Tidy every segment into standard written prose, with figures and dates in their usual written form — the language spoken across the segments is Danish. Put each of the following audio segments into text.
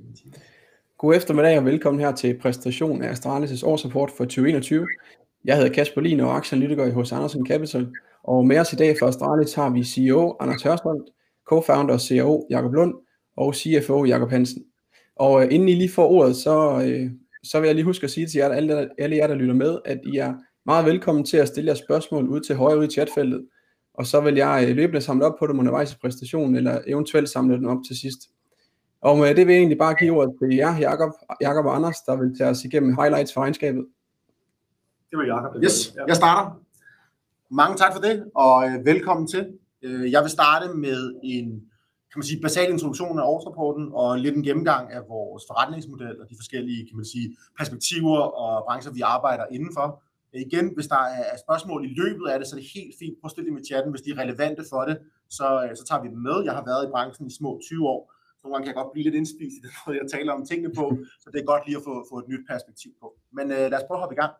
God eftermiddag og velkommen her til præsentationen af Astralis' årsrapport for 2021. Jeg hedder Kasper Lien og aktieanalytiker hos Andersen Capital, og med os i dag for Astralis har vi CEO Anders Hørsholm, co-founder og CRO Jakob Lund og CFO Jakob Hansen. Og inden I lige får ordet, så vil jeg lige huske at sige til jer, alle jer, der lytter med, at I er meget velkommen til at stille jer spørgsmål ud til højre ude i chatfeltet, og så vil jeg løbende samle op på dem undervejs i præsentationen, eller eventuelt samle dem op til sidst. Og med det vil jeg egentlig bare give ordet til jer, Jakob og Anders, der vil tage os igennem highlights for regnskabet. Det vil Jakob. Yes, jeg starter. Mange tak for det, og velkommen til. Jeg vil starte med en basal introduktion af årsrapporten og lidt en gennemgang af vores forretningsmodel og de forskellige perspektiver og brancher, vi arbejder indenfor. Igen, hvis der er spørgsmål i løbet af det, så er det helt fint. Prøv at stille dem i chatten, hvis de er relevante for det, så tager vi dem med. Jeg har været i branchen i små 20 år. Nogle gange kan jeg godt blive lidt indspist i den måde, jeg taler om tingene på, så det er godt lige at få et nyt perspektiv på. Men lad os prøve at hoppe i gang.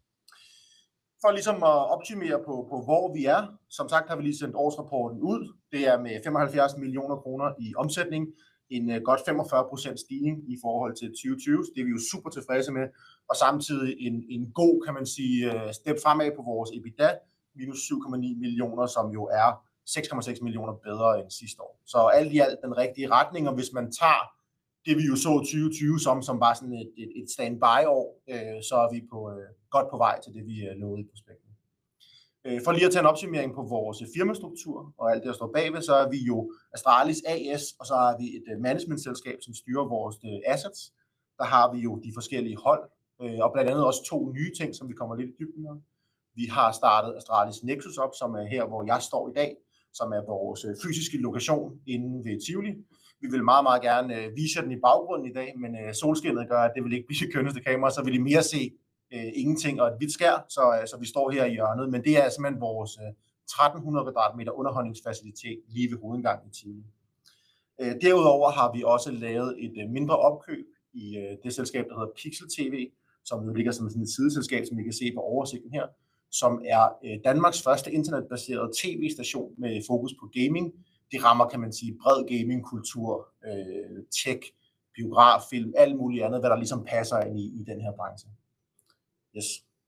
For ligesom at optimere på hvor vi er, som sagt har vi lige sendt årsrapporten ud. Det er med 75 millioner kroner i omsætning, en godt 45% stigning i forhold til 2020, så det er vi jo super tilfredse med, og samtidig en god, step fremad på vores EBITDA, minus 7,9 millioner, som jo er 6,6 millioner bedre end sidste år. Så alt i alt den rigtige retning, og hvis man tager det, vi jo så 2020 som bare sådan et standby-år, så er vi godt på vej til det, vi lovede i prospektet. For lige at tage en opsummering på vores firmastruktur og alt det, der står bagved, så er vi jo Astralis AS, og så har vi et managementselskab, som styrer vores assets. Der har vi jo de forskellige hold, og blandt andet også 2 nye ting, som vi kommer lidt i dybden med. Vi har startet Astralis Nexus op, som er her, hvor jeg står i dag, som er vores fysiske lokation inde ved Tivoli. Vi vil meget, meget gerne vise den i baggrunden i dag, men solskinnet gør, at det vil ikke blive det kønneste kamera, så vil I mere se ingenting og et hvidt skær, så vi står her i hjørnet. Men det er simpelthen vores 1300 kvadratmeter underholdningsfacilitet lige ved hovedindgangen i Tivoli. Derudover har vi også lavet et mindre opkøb i det selskab, der hedder Pixel TV, som jo ligger som sådan et sideselskab, som I kan se på oversigten her, som er Danmarks første internetbaserede tv-station med fokus på gaming. Det rammer, bred gamingkultur, tech, biograf, film, alt muligt andet, hvad der ligesom passer ind i den her branche. Yes.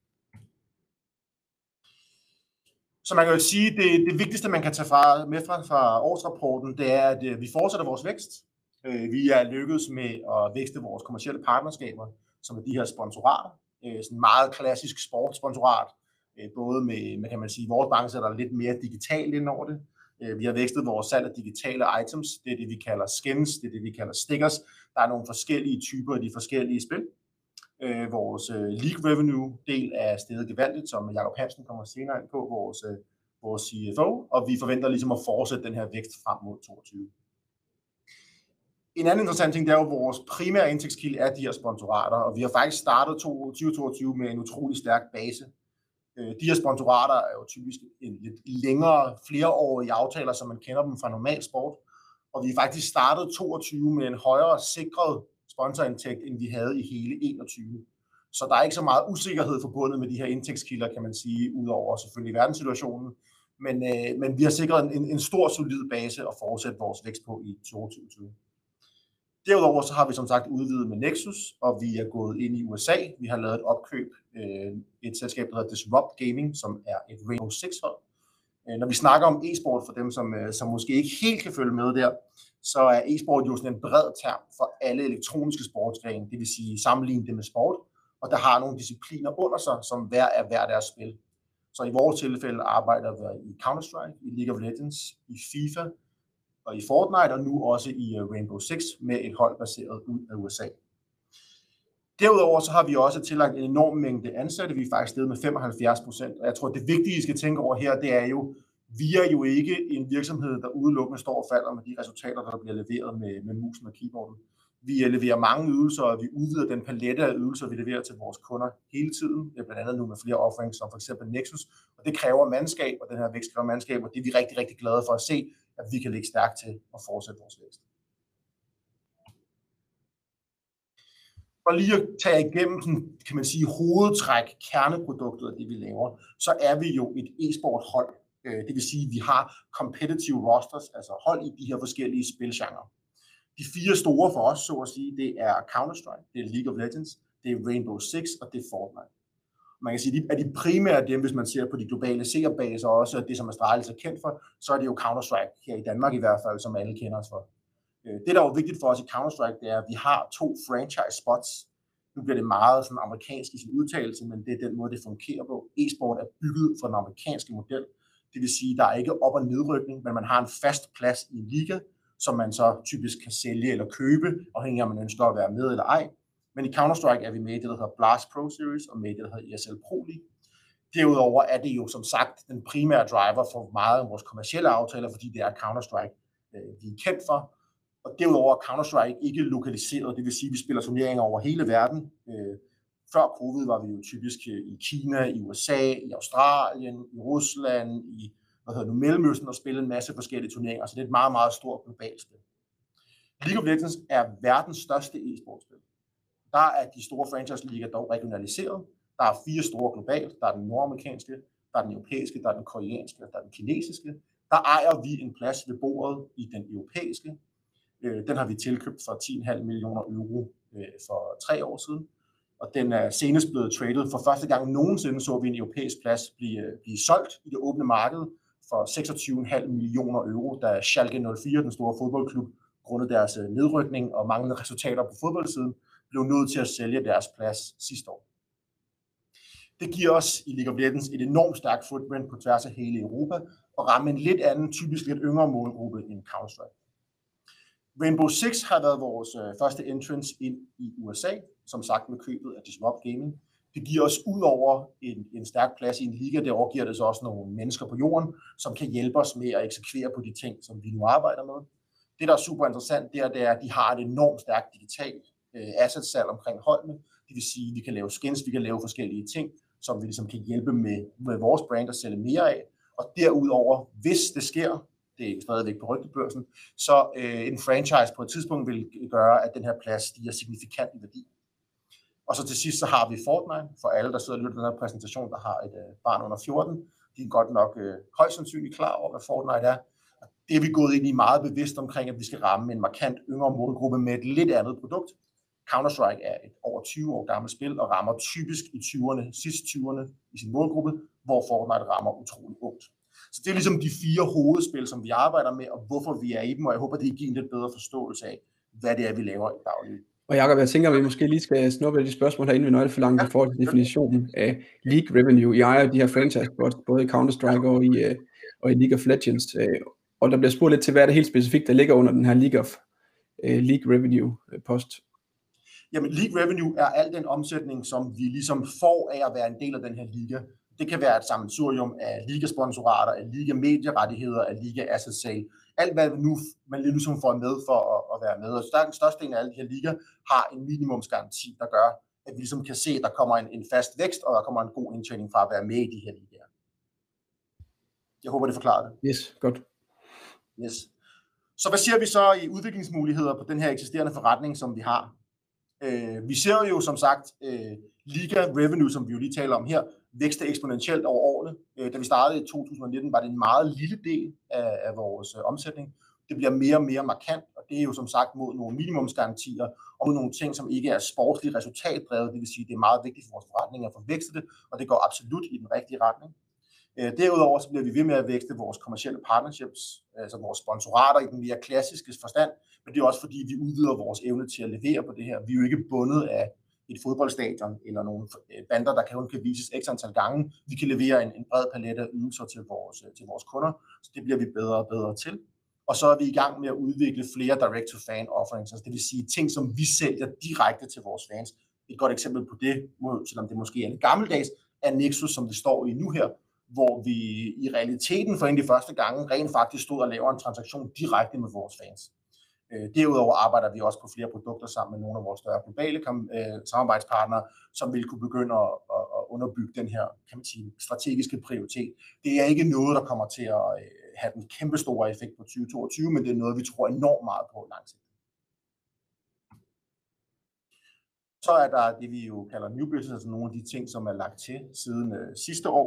Så man kan jo sige, det vigtigste, man kan tage med fra årsrapporten, det er, at vi fortsætter vores vækst. Vi er lykkedes med at vækste vores kommercielle partnerskaber, som er de her sponsorater. Sådan meget klassisk sportssponsorat. Både med vores branche er der lidt mere digitalt ind over det. Vi har vækstet vores salg af digitale items. Det er det, vi kalder skins, det er det, vi kalder stickers. Der er nogle forskellige typer af de forskellige spil. Vores league revenue del er steget gevaldigt, som Jakob Hansen kommer senere ind på, vores CFO, og vi forventer ligesom at fortsætte den her vækst frem mod 2022. En anden interessant ting, det er jo, vores primære indtægtskilde er de her sponsorater, og vi har faktisk startet 2022 med en utrolig stærk base. De her sponsorater er jo typisk en lidt længere, flereårige aftaler, som man kender dem fra normal sport. Og vi har faktisk startet 22 med en højere sikret sponsorindtægt, end vi havde i hele 21. Så der er ikke så meget usikkerhed forbundet med de her indtægtskilder, kan man sige, udover selvfølgelig verdenssituationen. Men vi har sikret en stor, solid base at fortsætte vores vækst på i 2022. Derudover så har vi som sagt udvidet med Nexus, og vi er gået ind i USA. Vi har lavet et opkøb, et selskab, der hedder Disrupt Gaming, som er et Rainbow Six hold. Når vi snakker om e-sport, for dem, som måske ikke helt kan følge med der, så er e-sport jo sådan en bred term for alle elektroniske sportsgrene, det vil sige sammenligne det med sport, og der har nogle discipliner under sig, som hver deres spil. Så i vores tilfælde arbejder vi i Counter-Strike, i League of Legends, i FIFA, og i Fortnite, og nu også i Rainbow Six med et hold baseret ud af USA. Derudover så har vi også tillagt en enorm mængde ansatte. Vi er faktisk steget med 75%, og jeg tror, det vigtige, I skal tænke over her, det er jo, vi er jo ikke en virksomhed, der udelukkende står og falder med de resultater, der bliver leveret med musen og keyboarden. Vi leverer mange ydelser, og vi udvider den palette af ydelser, vi leverer til vores kunder hele tiden. Blandt andet nu med flere offerings, som for eksempel Nexus, og det kræver mandskab, og den her vækst kræver mandskab, og det er vi rigtig, rigtig glade for at se, at vi kan ligge stærkt til at fortsætte vores vækst. For lige at tage igennem, kan man sige, hovedtræk, kerneproduktet af det, vi laver, så er vi jo et e-sport hold. Det vil sige, at vi har competitive rosters, altså hold i de her forskellige spilgenre. De 4 store for os, så at sige, det er Counter-Strike, det er League of Legends, det er Rainbow Six, og det er Fortnite. Man kan sige, at de primære dem, hvis man ser på de globale seerbaser, og også det, som Astralis er kendt for, så er det jo Counter-Strike, her i Danmark i hvert fald, som alle kender os for. Det, der er jo vigtigt for os i Counter-Strike, det er, at vi har 2 franchise spots. Nu bliver det meget sådan amerikansk i sin udtalelse, men det er den måde, det fungerer på. E-sport er bygget for den amerikanske model. Det vil sige, at der er ikke op- og nedrykning, men man har en fast plads i en liga, som man så typisk kan sælge eller købe, afhængig af, om man ønsker at være med eller ej. Men i Counter-Strike er vi med i det, der hedder Blast Pro Series, og med i det, der hedder ESL Pro League. Derudover er det jo som sagt den primære driver for meget af vores kommercielle aftaler, fordi det er Counter-Strike, vi er kendt for. Og derudover er Counter-Strike ikke lokaliseret, det vil sige, at vi spiller turneringer over hele verden. Før covid var vi jo typisk i Kina, i USA, i Australien, i Rusland, i Mellemøsten og spille en masse forskellige turneringer, så det er et meget, meget stort globalt spil. League of Legends er verdens største e-sportspil. Der er de store franchise-ligaer dog regionaliseret. Der er 4 store globalt. Der er den nordamerikanske, der er den europæiske, der er den koreanske og der er den kinesiske. Der ejer vi en plads ved bordet i den europæiske. Den har vi tilkøbt for 10,5 millioner euro for 3 år siden. Og den er senest blevet traded. For første gang nogensinde så vi en europæisk plads blive solgt i det åbne marked for 26,5 millioner euro, da Schalke 04, den store fodboldklub, grundet deres nedrykning og manglende resultater på fodboldsiden, blev nødt til at sælge deres plads sidste år. Det giver os i League of Legends et enormt stærkt footprint på tværs af hele Europa og ramme en lidt anden, typisk lidt yngre målgruppe end Counter-Strike. Rainbow Six har været vores første entrance ind i USA, som sagt med købet af Disrupt Gaming. Det giver os ud over en stærk plads i en liga, det overgiver det så også nogle mennesker på jorden, som kan hjælpe os med at eksekvere på de ting, som vi nu arbejder med. Det, der er super interessant, det er, at de har et enormt stærkt digitalt asset-salg omkring holdene. Det vil sige, at vi kan lave skins, vi kan lave forskellige ting, som vi ligesom kan hjælpe med vores brand at sælge mere af. Og derudover, hvis det sker, det er stadigvæk på rygtebørsen, så en franchise på et tidspunkt vil gøre, at den her plads stiger signifikant i værdi. Og så til sidst, så har vi Fortnite, for alle, der sidder og lytter til den her præsentation, der har et barn under 14. De er godt nok højst sandsynligt klar over, hvad Fortnite er. Og det er vi gået ind i meget bevidst omkring, at vi skal ramme en markant yngre målgruppe med et lidt andet produkt. Counter-Strike er et over 20 år gammelt spil og rammer typisk i 20'erne, sidst 20'erne i sin målgruppe, hvor Fortnite rammer utroligt ungt. Så det er ligesom de 4 hovedspil, som vi arbejder med, og hvorfor vi er i dem, og jeg håber, det giver en lidt bedre forståelse af, hvad det er, vi laver i daglig. Og Jakob, jeg tænker, at vi måske lige skal snuppe de spørgsmål herinde ved nøgleforlangen i forhold til definitionen af League Revenue. I ejer de her franchise-spots, både i Counter-Strike og i League of Legends. Og der bliver spurgt lidt til, hvad er det helt specifikt, der ligger under den her League Revenue-post. Jamen, League Revenue er al den omsætning, som vi ligesom får af at være en del af den her liga. Det kan være et sammensurium af ligasponsorater, af liga-medierettigheder, af liga-asset-sale. Alt, hvad nu man ligesom får med for at være med. Og den største del af alle de her ligaer har en minimumsgaranti, der gør, at vi ligesom kan se, at der kommer en fast vækst, og der kommer en god indtjening fra at være med i de her ligaer. Jeg håber, det forklarer det. Yes, godt. Yes. Så hvad ser vi så i udviklingsmuligheder på den her eksisterende forretning, som vi har? Vi ser jo som sagt liga revenue, som vi jo lige taler om her, vækster eksponentielt over årene. Da vi startede i 2019, var det en meget lille del af vores omsætning. Det bliver mere og mere markant, og det er jo som sagt mod nogle minimumsgarantier og mod nogle ting, som ikke er sportsligt resultatdrevet. Det vil sige, at det er meget vigtigt for vores forretning at få vækstet det, og det går absolut i den rigtige retning. Derudover så bliver vi ved med at vækste vores kommercielle partnerships, altså vores sponsorater i den mere klassiske forstand, men det er også fordi, vi udvider vores evne til at levere på det her. Vi er jo ikke bundet af et fodboldstadion eller nogle bander, der kan vises x antal gange. Vi kan levere en bred palet af ydelser til vores kunder, så det bliver vi bedre og bedre til. Og så er vi i gang med at udvikle flere direct-to-fan offerings, altså det vil sige ting, som vi sælger direkte til vores fans. Et godt eksempel på det, selvom det måske er lidt gammeldags, er Nexus, som det står i nu her, hvor vi i realiteten for en af de første gange rent faktisk stod og laver en transaktion direkte med vores fans. Derudover arbejder vi også på flere produkter sammen med nogle af vores større globale samarbejdspartnere, som vil kunne begynde at underbygge den her, kan man sige, strategiske prioritet. Det er ikke noget, der kommer til at have den kæmpe store effekt på 2022, men det er noget, vi tror enormt meget på lang sigt. Så er der det, vi jo kalder new business, altså nogle af de ting, som er lagt til siden sidste år.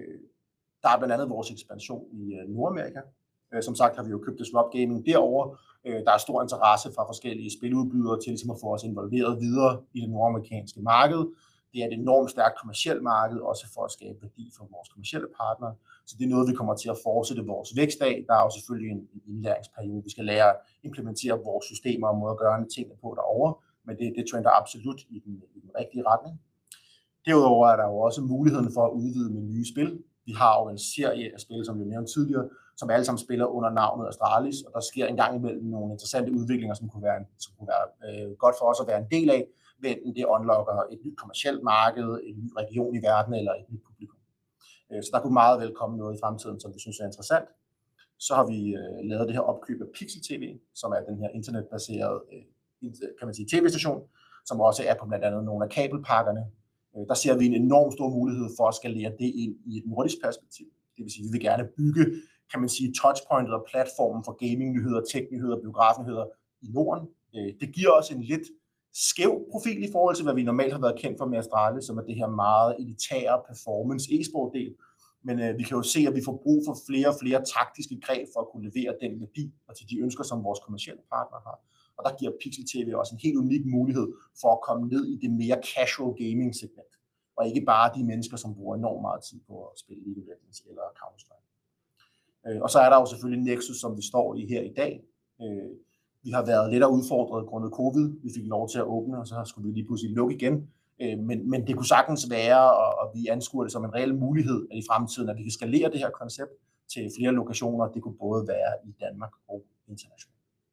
Der er blandt andet vores ekspansion i Nordamerika. Som sagt har vi jo købt Disrupt Gaming derovre, Der er stor interesse fra forskellige spiludbydere til ligesom at få os involveret videre i det nordamerikanske marked. Det er et enormt stærkt kommercielt marked, også for at skabe værdi for vores kommercielle partnere. Så det er noget, vi kommer til at fortsætte vores vækst af. Der er jo selvfølgelig en indlæringsperiode. Vi skal lære at implementere vores systemer og måder at gøre tingene på derovre, men det trender absolut i den rigtige retning. Derudover er der jo også muligheden for at udvide med nye spil. Vi har jo en serie af spil, som vi nævnte tidligere, som alle sammen spiller under navnet Astralis, og der sker en gang imellem nogle interessante udviklinger, som kunne være godt for os at være en del af, enten det unlocker et nyt kommercielt marked, en ny region i verden eller et nyt publikum. Så der kunne meget vel komme noget i fremtiden, som vi synes er interessant. Så har vi lavet det her opkøb af Pixel TV, som er den her internetbaserede tv-station, som også er på blandt andet nogle af kabelpakkerne. Der ser vi en enorm stor mulighed for at skalere det ind i et nordisk perspektiv. Det vil sige, at vi vil gerne bygge, touchpointet og platformen for gaming-nyheder, tech-nyheder, biografnyheder i Norden. Det giver os en lidt skæv profil i forhold til, hvad vi normalt har været kendt for med Astralis, som er det her meget elitære performance e-sport-del. Men vi kan jo se, at vi får brug for flere og flere taktiske greb for at kunne levere den værdi og til de ønsker, som vores kommercielle partnere har. Og der giver Pixel TV også en helt unik mulighed for at komme ned i det mere casual gaming-segment. Og ikke bare de mennesker, som bruger enormt meget tid på at spille League of Legends eller Counter-Strike. Og så er der jo selvfølgelig Nexus, som vi står i her i dag. Vi har været lidt udfordret grundet covid. Vi fik lov til at åbne, og så skulle vi lige pludselig lukke igen. Men det kunne sagtens være, og vi anskuer det som en reel mulighed, at i fremtiden, at vi kan skalere det her koncept til flere lokationer. Det kunne både være i Danmark og internationalt.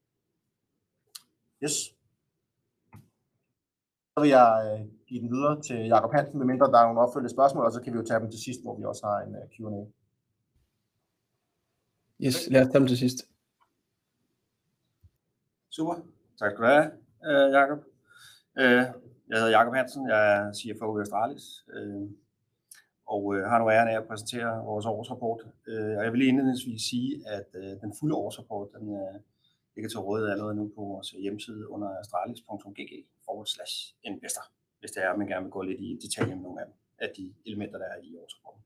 Yes. Så vil jeg give den videre til Jakob Hansen, medmindre der er nogle opfølgende spørgsmål, og så kan vi jo tage dem til sidst, hvor vi også har en Q&A. Yes, lad os tage dem til sidst. Super, tak skal du have, Jakob. Jeg hedder Jakob Hansen, jeg er CFO i Astralis, og har nu æren af at præsentere vores årsrapport. Og jeg vil indledningsvis sige, at den fulde årsrapport, den ligger til rådighed allerede nu på vores hjemmeside under astralis.gg/investor, hvis det er, at man gerne vil gå lidt i detaljer med nogle af de elementer, der er i årsrapporten.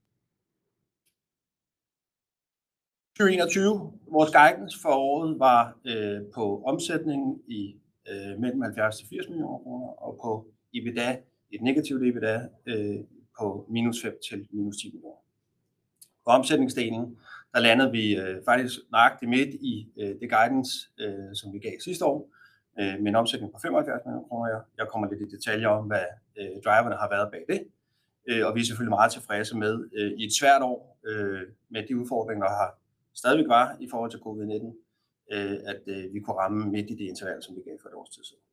2021, vores guidance for året var på omsætningen i mellem 70 til 80 millioner kroner, og på EBITDA, et negativt EBITDA, på minus 5 til minus 10 millioner. På omsætningsdelen, der landede vi faktisk nøjagtigt midt i det guidance, som vi gav sidste år, med en omsætning på 75 millioner kroner. Jeg kommer lidt i detaljer om, hvad driverne har været bag det, og vi er selvfølgelig meget tilfredse med i et svært år, med de udfordringer, der har stadigvæk var i forhold til covid-19, at vi kunne ramme midt i det interval, som vi gav for et års tid siden.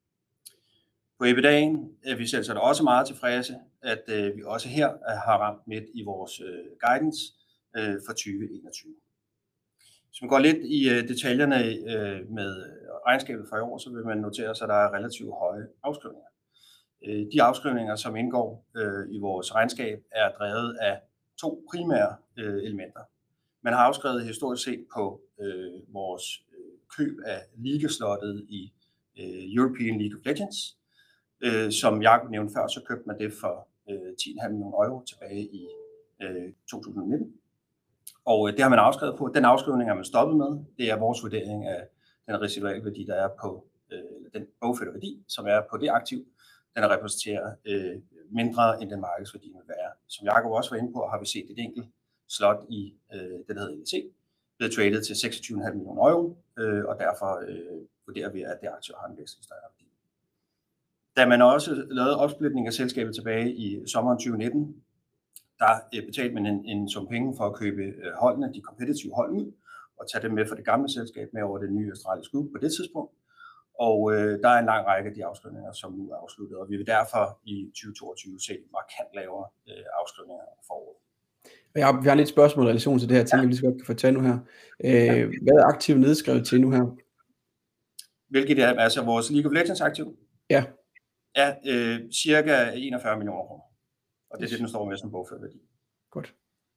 På EBITDA'en er vi selvsagt også meget tilfredse, at vi også her har ramt midt i vores guidance for 2021. Hvis man går lidt i detaljerne med regnskabet for i år, så vil man notere sig, at der er relativt høje afskrivninger. De afskrivninger, som indgår i vores regnskab, er drevet af to primære elementer. Man har afskrevet historisk set på vores køb af ligaslottet i European League of Legends. Som Jakob nævnte før, så købte man det for 10,5 millioner euro tilbage i 2019. Og det har man afskrevet på. Den afskrivning er man stoppet med. Det er vores vurdering af den residuale værdi, der er på den bogførte værdi, som er på det aktiv. Den repræsenterer mindre end den markedsværdi vil være. Som Jakob også var inde på, har vi set et enkelt slot i det, der hedder LEC, blevet traded til 26,5 millioner euro, og derfor vurderer vi, at det aktiv har en væsentlig større værdi. Da man også lavede opsplitning af selskabet tilbage i sommeren 2019, der betalte man en sum penge for at købe holdene, de kompetitive hold ud, og tage dem med fra det gamle selskab med over det nye Astralis Group på det tidspunkt. Og der er en lang række af de afskrivninger, som nu er afsluttet, og vi vil derfor i 2022 se markant lavere afskrivninger for året. Vi har lidt spørgsmål i relation til det her, jeg tænker, vi lige så godt kan få tage nu her. Hvad er aktiv nedskrevet til nu her? Hvilket er altså vores League of Legends aktiv? Ja. Ja, cirka 41 millioner kroner. Og det er det, den står med som bogført værdi. Godt.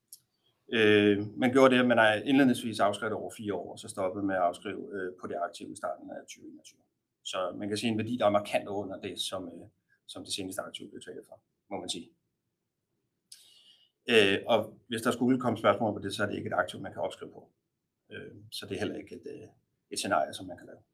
Man gjorde det, at man har indledningsvis afskrevet over 4 år, og så stoppede med at afskrive på det aktive i starten af 2021. Så man kan sige en værdi, der er markant under det, som det seneste aktiv blev traded for, må man sige. Og hvis der skulle komme spørgsmål på det, så er det ikke et aktiv, man kan opskrive på. Så det er heller ikke scenarie, som man kan lave.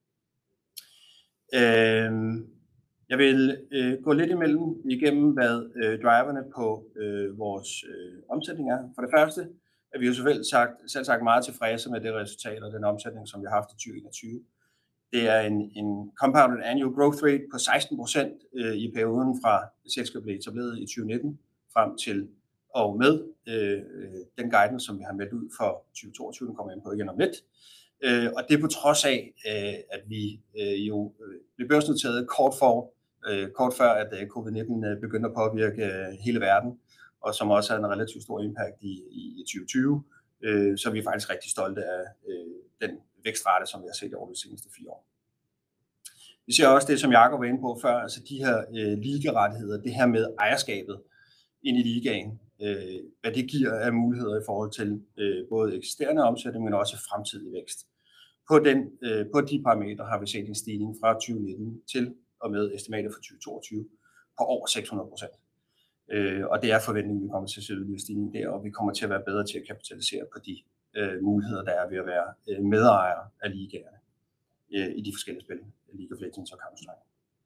Jeg vil gå lidt igennem, hvad driverne på vores omsætning er. For det første er vi jo selv sagt meget tilfredse med det resultat og den omsætning, som vi har haft i 2021. Det er en compounded annual growth rate på 16% i perioden fra selskabet blev etableret i 2019 frem til og med den guidance, som vi har meldt ud for 2022, den kommer ind på igen om lidt. Og det er på trods af, at vi jo blev børsnoteret kort før, at covid-19 begyndte at påvirke hele verden, og som også havde en relativt stor impact i 2020. Så vi er faktisk rigtig stolte af den vækstrate, som vi har set over de seneste 4 år. Vi ser også det, som Jakob var inde på før, altså de her ligarettigheder, det her med ejerskabet ind i ligaen, hvad det giver af muligheder i forhold til både eksisterende omsætning, men også fremtidig vækst. På de parametre har vi set en stigning fra 2019 til og med estimatet for 2022 på over 600%. Og det er forventningen, vi kommer til at se en stigning der, og vi kommer til at være bedre til at kapitalisere på de muligheder, der er ved at være medejer af ligaerne i de forskellige spil, League of Legends og Counter-Strike.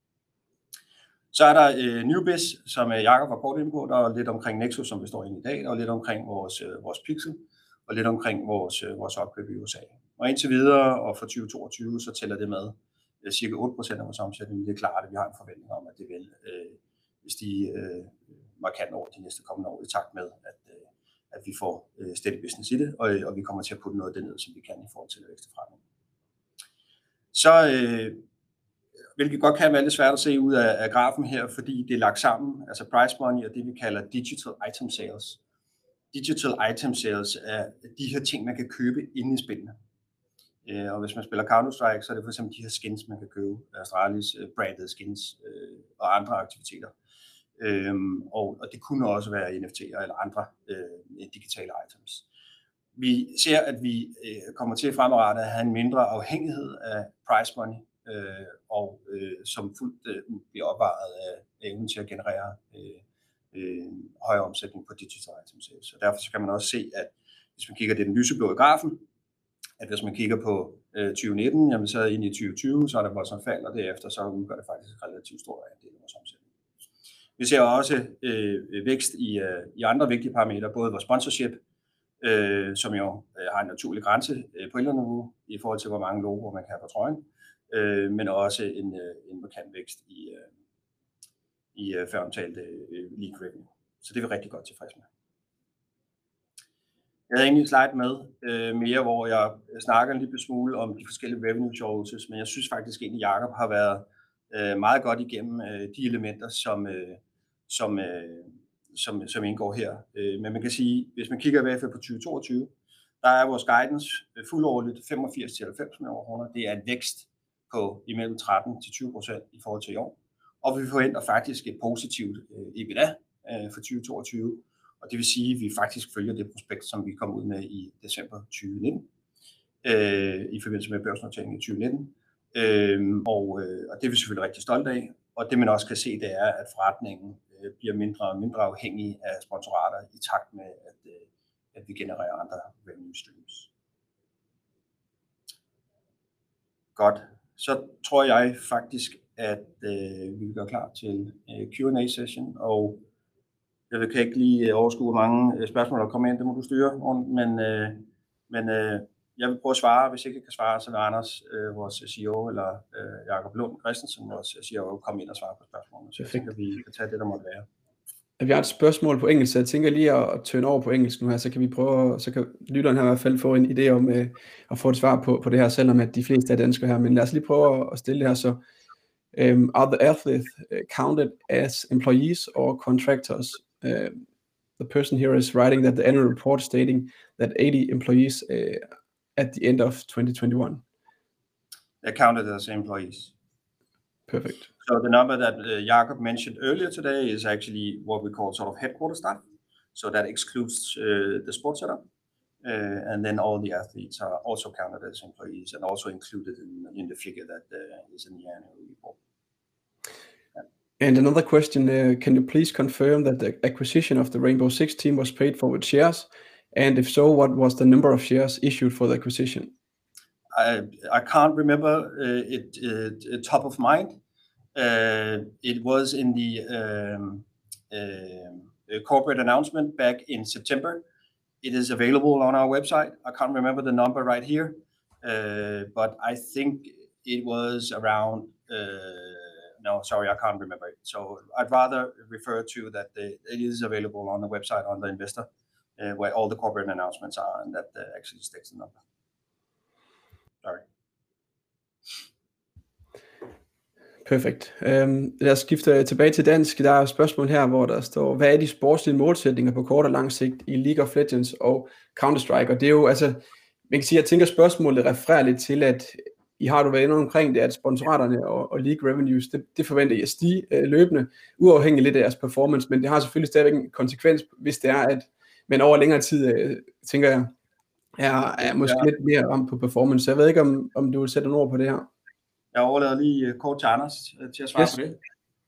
Så er der Newbiz, som Jakob var kort inde på. Der er lidt omkring Nexus, som vi står inde i dag, og lidt omkring vores Pixel, og lidt omkring vores opkøb i USA. Og indtil videre, og for 2022, så tæller det med cirka 8% af vores omsætning. Det er klart, at vi har en forventning om, at det vil stige markant over de næste kommende år, i takt med, at vi får steady business i det, og vi kommer til at putte noget af det ned, som vi kan i forhold til vækst frem. Så hvilket godt kan være lidt svært at se ud af grafen her, fordi det er lagt sammen, altså price money og det vi kalder digital item sales. Digital item sales er de her ting, man kan købe inde i spillene. Og hvis man spiller Counter-Strike, så er det for eksempel de her skins, man kan købe, Astralis branded skins og andre aktiviteter. Og det kunne også være NFT'er eller andre digitale items. Vi ser, at vi kommer til fremadrettet at have en mindre afhængighed af price money, og som fuldt bliver opvejet af evnen til at generere højere omsætning på digital items. Så derfor kan man også se, at hvis man kigger det den lyseblå i grafen, at hvis man kigger på 2019, jamen så ind i 2020, så er der voldsomt fald, og derefter så udgør det faktisk en relativt stor andel af vores omsætning. Vi ser også vækst i andre vigtige parametre, både vores sponsorship, som jo har en naturlig grænse på et eller andet niveau i forhold til, hvor mange logoer man kan have på trøjen, men også en markant vækst i føromtalte league revenue. Så det er vi rigtig godt tilfreds med. Jeg havde egentlig en slide med mere, hvor jeg snakker en lille smule om de forskellige revenue sources, men jeg synes faktisk egentlig, at Jakob har været meget godt igennem de elementer, som indgår her. Men man kan sige, hvis man kigger i hvert fald på 2022, der er vores guidance fuldårligt 85-90 millioner kroner. Det er en vækst på imellem 13-20% i forhold til i år. Og vi forventer faktisk et positivt EBITDA for 2022. Og det vil sige, at vi faktisk følger det prospekt, som vi kom ud med i december 2019, i forbindelse med børsnoteringen i 2019. Og det er vi selvfølgelig rigtig stolte af. Og det man også kan se, det er, at forretningen bliver mindre og mindre afhængig af sponsorater i takt med, at vi genererer andre revenue streams. Godt. Så tror jeg faktisk, at vi vil gøre klar til Q&A session, og jeg kan ikke lige overskue, hvor mange spørgsmål der kommer ind, det må du styre, men jeg vil prøve at svare. Hvis jeg ikke kan svare, så vil Anders, vores CEO, eller Jakob Lund Christensen, vores CEO, komme ind og svare på spørgsmålene. Så jeg tænker, vi kan tage det, der måtte være. Vi har et spørgsmål på engelsk, så jeg tænker lige at turne over på engelsk nu her, så kan vi prøve, så kan lytteren her i hvert fald få en idé om at få et svar på det her, selvom at de fleste er danskere her. Men lad os lige prøve at stille det her så. Are the athletes counted as employees or contractors? The person here is writing that the annual report stating that 80 employees at the end of 2021. They're counted as employees. Perfect. So the number that Jakob mentioned earlier today is actually what we call sort of headquarter staff. So that excludes the sports setup. And then all the athletes are also counted as employees and also included in the figure that is in the annual report. And another question, can you please confirm that the acquisition of the Rainbow Six team was paid for with shares? And if so, what was the number of shares issued for the acquisition? I can't remember it top of mind. It was in the corporate announcement back in September. It is available on our website. I can't remember the number right here, but I think it was around. No, sorry, I can't remember it. So I'd rather refer to that it is available on the website on the investor, where all the corporate announcements are, and that actually states the number. Sorry. Perfekt. Lad os skifte tilbage til dansk. Der er et spørgsmål her, hvor der står, hvad er de sportslige målsætninger på kort og lang sigt i League of Legends og Counter-Strike? Og det er jo, altså, man kan sige, jeg tænker spørgsmålet refererer lidt til, at I har du været inde omkring det, at sponsoraterne og League Revenues, det forventer I at stige løbende, uafhængigt lidt af jeres performance, men det har selvfølgelig stadigvæk en konsekvens, hvis det er, at man over længere tid, tænker jeg, er måske lidt mere ramt på performance. Så jeg ved ikke, om du vil sætte nogle ord på det her. Jeg overlader lige kort til Anders til at svare på det.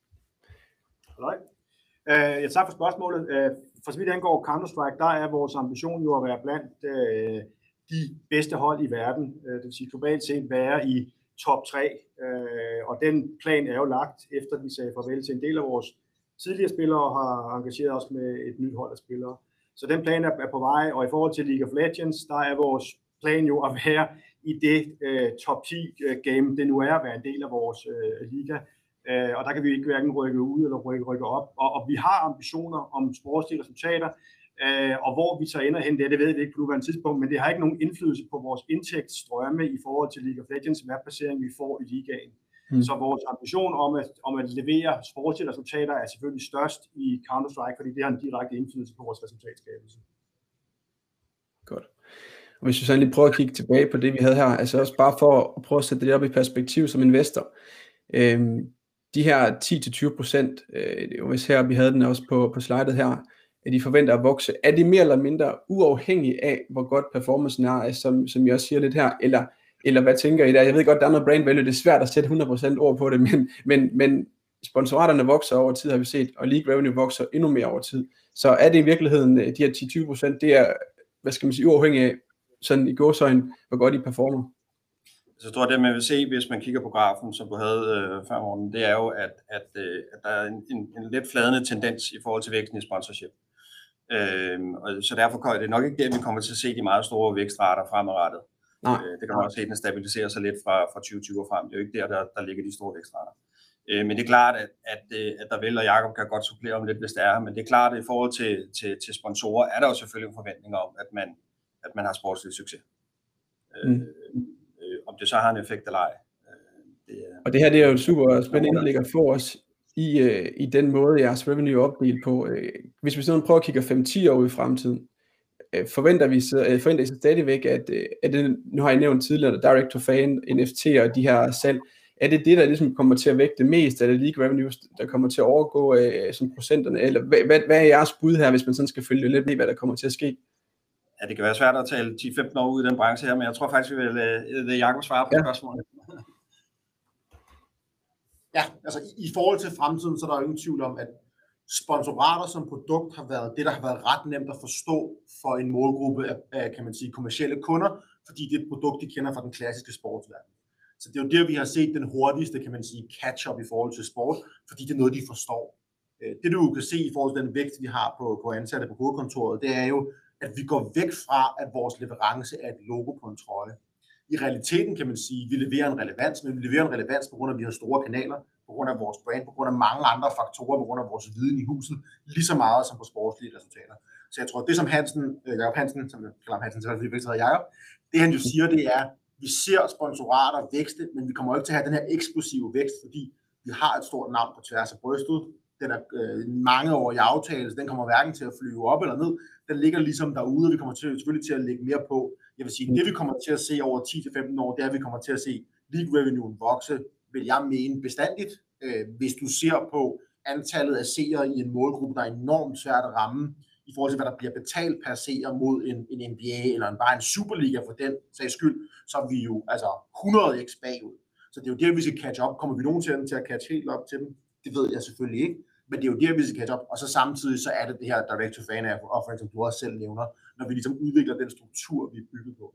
Jeg tager for spørgsmålet. For så vidt angår Counter-Strike, der er vores ambition jo at være blandt de bedste hold i verden. Det vil sige globalt set være i top 3. Og den plan er jo lagt, efter vi sagde farvel til en del af vores tidligere spillere og har engageret os med et nyt hold af spillere. Så den plan er på vej, og i forhold til League of Legends, der er vores plan jo at være i det top 10 game, det nu er at være en del af vores liga. Og der kan vi ikke hverken rykke ud eller rykke op. Og vi har ambitioner om sportslige resultater, og hvor vi så ender hen, det ved vi ikke på nuværende tidspunkt, men det har ikke nogen indflydelse på vores indtægtsstrømme i forhold til League of Legends, hvad placering vi får i ligaen. Så vores ambition om at levere sportslige resultater er selvfølgelig størst i Counter-Strike, fordi det har en direkte indflydelse på vores resultatskabelse. Godt. Og hvis vi så lige prøver at kigge tilbage på det, vi havde her, altså også bare for at prøve at sætte det op i perspektiv som investor. De her 10-20%, hvis her vi havde den også på slidet her, at de forventer at vokse, er de mere eller mindre uafhængige af, hvor godt performancen er, som jeg også siger lidt her, eller hvad tænker I der? Jeg ved godt, der er noget brand value, det er svært at sætte 100% ord på det, men sponsoraterne vokser over tid, har vi set, og League Revenue vokser endnu mere over tid. Så er det i virkeligheden, de her 10-20%, det er, hvad skal man sige, uafhængige af, sådan i gåseøjne, hvor godt I performer? Så jeg tror, det man vil se, hvis man kigger på grafen, som du havde før morgen, det er jo, at der er en lidt fladende tendens i forhold til væksten i sponsorship. Og så derfor er det nok ikke det, at vi kommer til at se de meget store vækstrater fremadrettet. Det kan man også se, at den stabiliserer sig lidt fra 2020 og frem. Det er jo ikke der ligger de store vækstrater. Men det er klart, at der vil, og Jacob kan godt supplere om lidt, hvis det er. Men det er klart, at i forhold til sponsorer, er der jo selvfølgelig en forventning om, at man har sportslig succes. Om det så har en effekt eller ej. Og det her, det er jo super spændende indblik at få os i den måde, jeres revenue er opdelt på. Hvis vi sådan prøver at kigge 5-10 år ud i fremtiden, forventer I så stadigvæk, at det, nu har I nævnt tidligere, direct to fan, NFT og de her salg, er det det, der ligesom kommer til at vægte mest, eller League Revenues, der kommer til at overgå som procenterne, eller hvad er jeres bud her, hvis man sådan skal følge lidt med, hvad der kommer til at ske? Ja, det kan være svært at tale 10-15 år ud i den branche her, men jeg tror faktisk, vi vil lade Jacob svare på spørgsmålet. Ja, altså i forhold til fremtiden, så er der jo ingen tvivl om, at sponsorater som produkt har været det, der har været ret nemt at forstå for en målgruppe af, kan man sige, kommercielle kunder, fordi det er et produkt, de kender fra den klassiske sportsverden. Så det er jo der, vi har set den hurtigste, kan man sige, catch-up i forhold til sport, fordi det er noget, de forstår. Det du kan se i forhold til den vægt, vi har på ansatte på hovedkontoret, det er jo, at vi går væk fra, at vores leverance er et logo på en trøje. I realiteten kan man sige, at vi leverer en relevans, men vi leverer en relevans på grund af, at vi har store kanaler, på grund af vores brand, på grund af mange andre faktorer, på grund af vores viden i huset, lige så meget som på sportslige resultater. Så jeg tror, det som Jacob Hansen, som jeg kalder Hansen, selvfølgelig ikke hedder Jacob, det han jo siger, det er, vi ser sponsorater vækste, men vi kommer ikke til at have den her eksplosive vækst, fordi vi har et stort navn på tværs af brystet. Den er mange år i aftale, så den kommer hverken til at flyve op eller ned. Den ligger ligesom derude, og vi kommer selvfølgelig til at lægge mere på. Jeg vil sige, det vi kommer til at se over 10-15 år, det er, at vi kommer til at se League Revenue vokse, vil jeg mene, bestandigt. Hvis du ser på antallet af seere i en målgruppe, der er enormt svært at ramme, i forhold til, hvad der bliver betalt per seer mod en NBA eller bare en Superliga for den sags skyld, så er vi jo altså 100x bagud. Så det er jo der, vi skal catch up. Kommer vi nogensinde til at catch helt op til dem? Det ved jeg selvfølgelig ikke. Men det er jo der, vi skal catch up. Og så samtidig så er det her direct to fan offering, som du også selv nævner, når vi ligesom udvikler den struktur, vi er bygget på.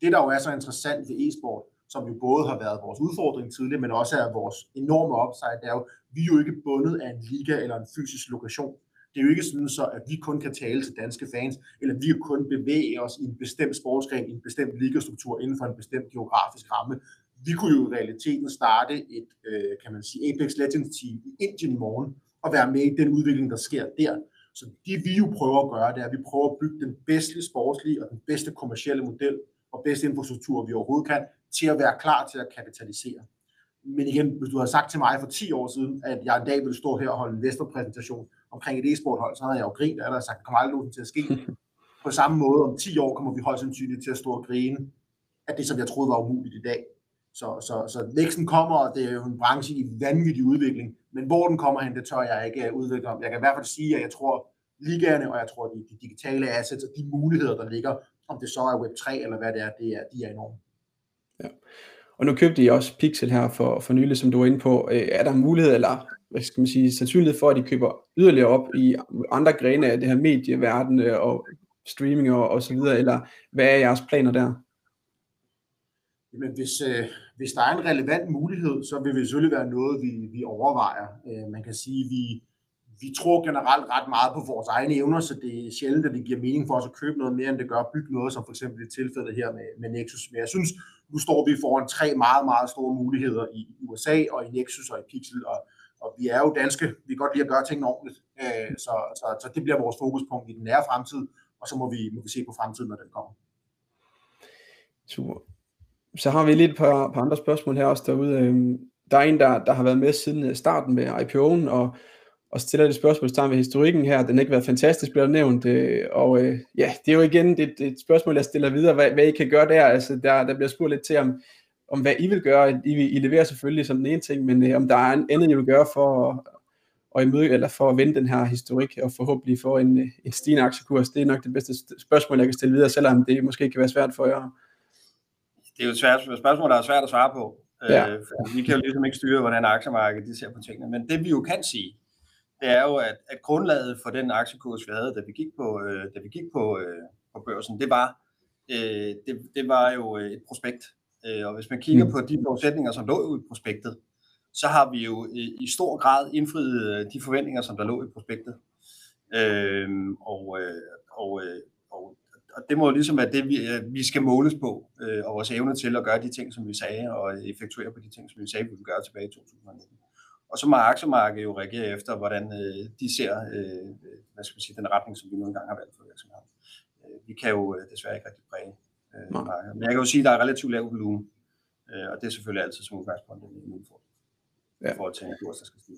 Det, der jo er så interessant ved e-sport, som jo både har været vores udfordring tidligere, men også er vores enorme upside, det er jo, vi er jo ikke bundet af en liga eller en fysisk lokation. Det er jo ikke sådan så, at vi kun kan tale til danske fans, eller vi kan kun bevæge os i en bestemt sportsgren, i en bestemt ligastruktur inden for en bestemt geografisk ramme. Vi kunne jo i realiteten starte et, kan man sige, Apex Legends team i Indien i morgen, og være med i den udvikling, der sker der. Så det vi jo prøver at gøre, det er, at vi prøver at bygge den bedste sportslige og den bedste kommercielle model og bedste infrastruktur, vi overhovedet kan, til at være klar til at kapitalisere. Men igen, hvis du havde sagt til mig for 10 år siden, at jeg en dag ville stå her og holde en investorpræsentation omkring et e-sporthold, så havde jeg jo grint af det og sagt, det kommer aldrig nogen til at ske. På samme måde, om 10 år kommer vi højst sandsynligt til at stå og grine, at det, som jeg troede var umuligt i dag. Så væksten kommer, og det er jo en branche i vanvittig udvikling, men hvor den kommer hen, det tør jeg ikke udvikle om. Jeg kan i hvert fald sige, at jeg tror, ligaerne, og jeg tror, de digitale assets og de muligheder, der ligger, om det så er Web3 eller hvad det er, de er enorme. Ja. Og nu købte I også Pixel her for nylig, som du var inde på. Er der mulighed, eller hvad skal man sige, sandsynlighed for, at de køber yderligere op i andre grene af det her medieverden og streaming og så videre, eller hvad er jeres planer der? Men hvis der er en relevant mulighed, så vil det selvfølgelig være noget, vi overvejer. Man kan sige, vi tror generelt ret meget på vores egne evner, så det er sjældent, at det giver mening for os at købe noget mere, end det gør at bygge noget, som for eksempel i tilfældet her med Nexus. Men jeg synes, nu står vi foran 3 meget, meget store muligheder i USA og i Nexus og i Pixel, og vi er jo danske. Vi kan godt lide at gøre tingene ordentligt. Så det bliver vores fokuspunkt i den nære fremtid, og så må vi se på fremtiden, når den kommer. Super. Så har vi lidt par andre spørgsmål her også derude. Der er en, der har været med siden starten med IPO'en, og stiller det spørgsmål ved historikken her. Den har ikke været fantastisk, bliver nævnt. Ja, det er jo igen et spørgsmål, jeg stiller videre, hvad I kan gøre der. Altså, der bliver spurgt lidt til, om hvad I vil gøre. I leverer selvfølgelig som den ene ting, men om der er andet, I vil gøre for at vende den her historik, og forhåbentlig få en stigende aktiekurs. Det er nok det bedste spørgsmål, jeg kan stille videre, selvom det måske kan være svært for jer. Det er jo et svært spørgsmål, der er svært at svare på. Ja. Vi kan jo ligesom ikke styre, hvordan aktiemarkedet de ser på tingene. Men det vi jo kan sige, det er jo, at grundlaget for den aktiekurs, vi havde, da vi gik på børsen, det var jo et prospekt. Og hvis man kigger på de forudsætninger, som lå i prospektet, så har vi jo i stor grad indfriet de forventninger, som der lå i prospektet. Og det må ligesom være det, vi skal måles på, og vores evne til at gøre de ting, som vi sagde, og effektuere på de ting, som vi sagde, vi ville gøre tilbage i 2019. Og så må aktiemarkedet jo reagere efter, hvordan de ser den retning, som vi nu engang har valgt for virksomheden. Vi kan jo desværre ikke rigtig præge markedet. Men jeg kan jo sige, at der er relativt lav volumen, og det er selvfølgelig altid som udgangspunkt en udfordring i forhold til en kurs, der skal stige.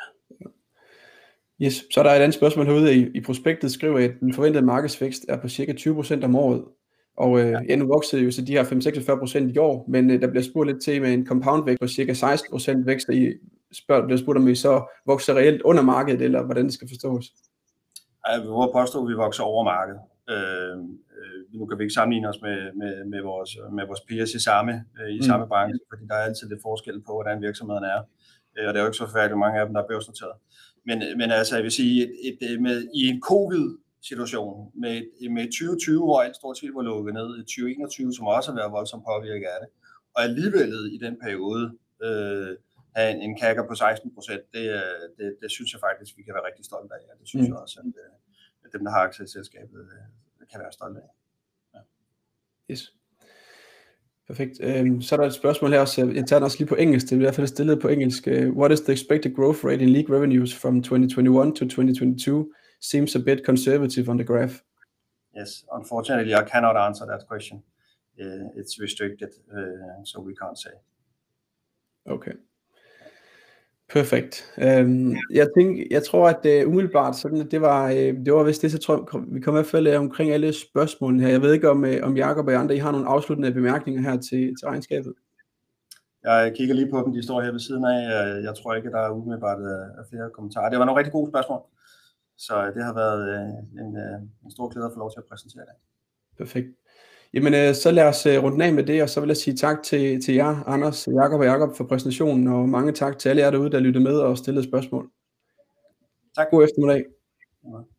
Yes. Så er der et andet spørgsmål herude i prospektet, skriver, at den forventede markedsvækst er på cirka 20% om året. Og nu voksede jo så de her 5-46% i år, men der bliver spurgt lidt til med en compound-vækst på cirka 16% vækst, og bliver spurgt, om I så vokser reelt under markedet, eller hvordan det skal forstås? Jeg vil påstå, at vi vokser over markedet. Nu kan vi ikke sammenligne os med vores peers i samme branche, fordi der er altid lidt forskel på, hvordan virksomheden er. Og det er jo ikke så færdigt mange af dem, der er børsnoteret. Men altså, jeg vil sige, i en covid-situation med 2020, hvor alt stort set var lukket ned, i 2021, som også har været voldsomt påvirket af det, og alligevel i den periode have en CAGR på 16%, det synes jeg faktisk, vi kan være rigtig stolte af. Det synes jeg også, at dem, der har aktier i selskabet, kan være stolte af. Ja. Yes. Perfekt. Så er der et spørgsmål her også. Jeg tager den også lige på engelsk. Det er i hvert fald stillet på engelsk. What is the expected growth rate in league revenues from 2021 to 2022? Seems a bit conservative on the graph. Yes, unfortunately, I cannot answer that question. It's restricted, so we can't say. Okay. Perfekt. Jeg tror, at umiddelbart sådan, det var vist det, så tror jeg, vi kommer i hvert fald omkring alle spørgsmålene her. Jeg ved ikke, om Jakob og andre, I har nogle afsluttende bemærkninger her til regnskabet? Jeg kigger lige på dem, de står her ved siden af. Jeg tror ikke, der er umiddelbart flere kommentarer. Det var nogle rigtig gode spørgsmål, så det har været en stor glæde at få lov til at præsentere det. Perfekt. Jamen, så lad os runde af med det, og så vil jeg sige tak til jer, Anders, Jakob og Jakob, for præsentationen, og mange tak til alle jer derude, der lyttede med og stillede spørgsmål. Tak. God eftermiddag.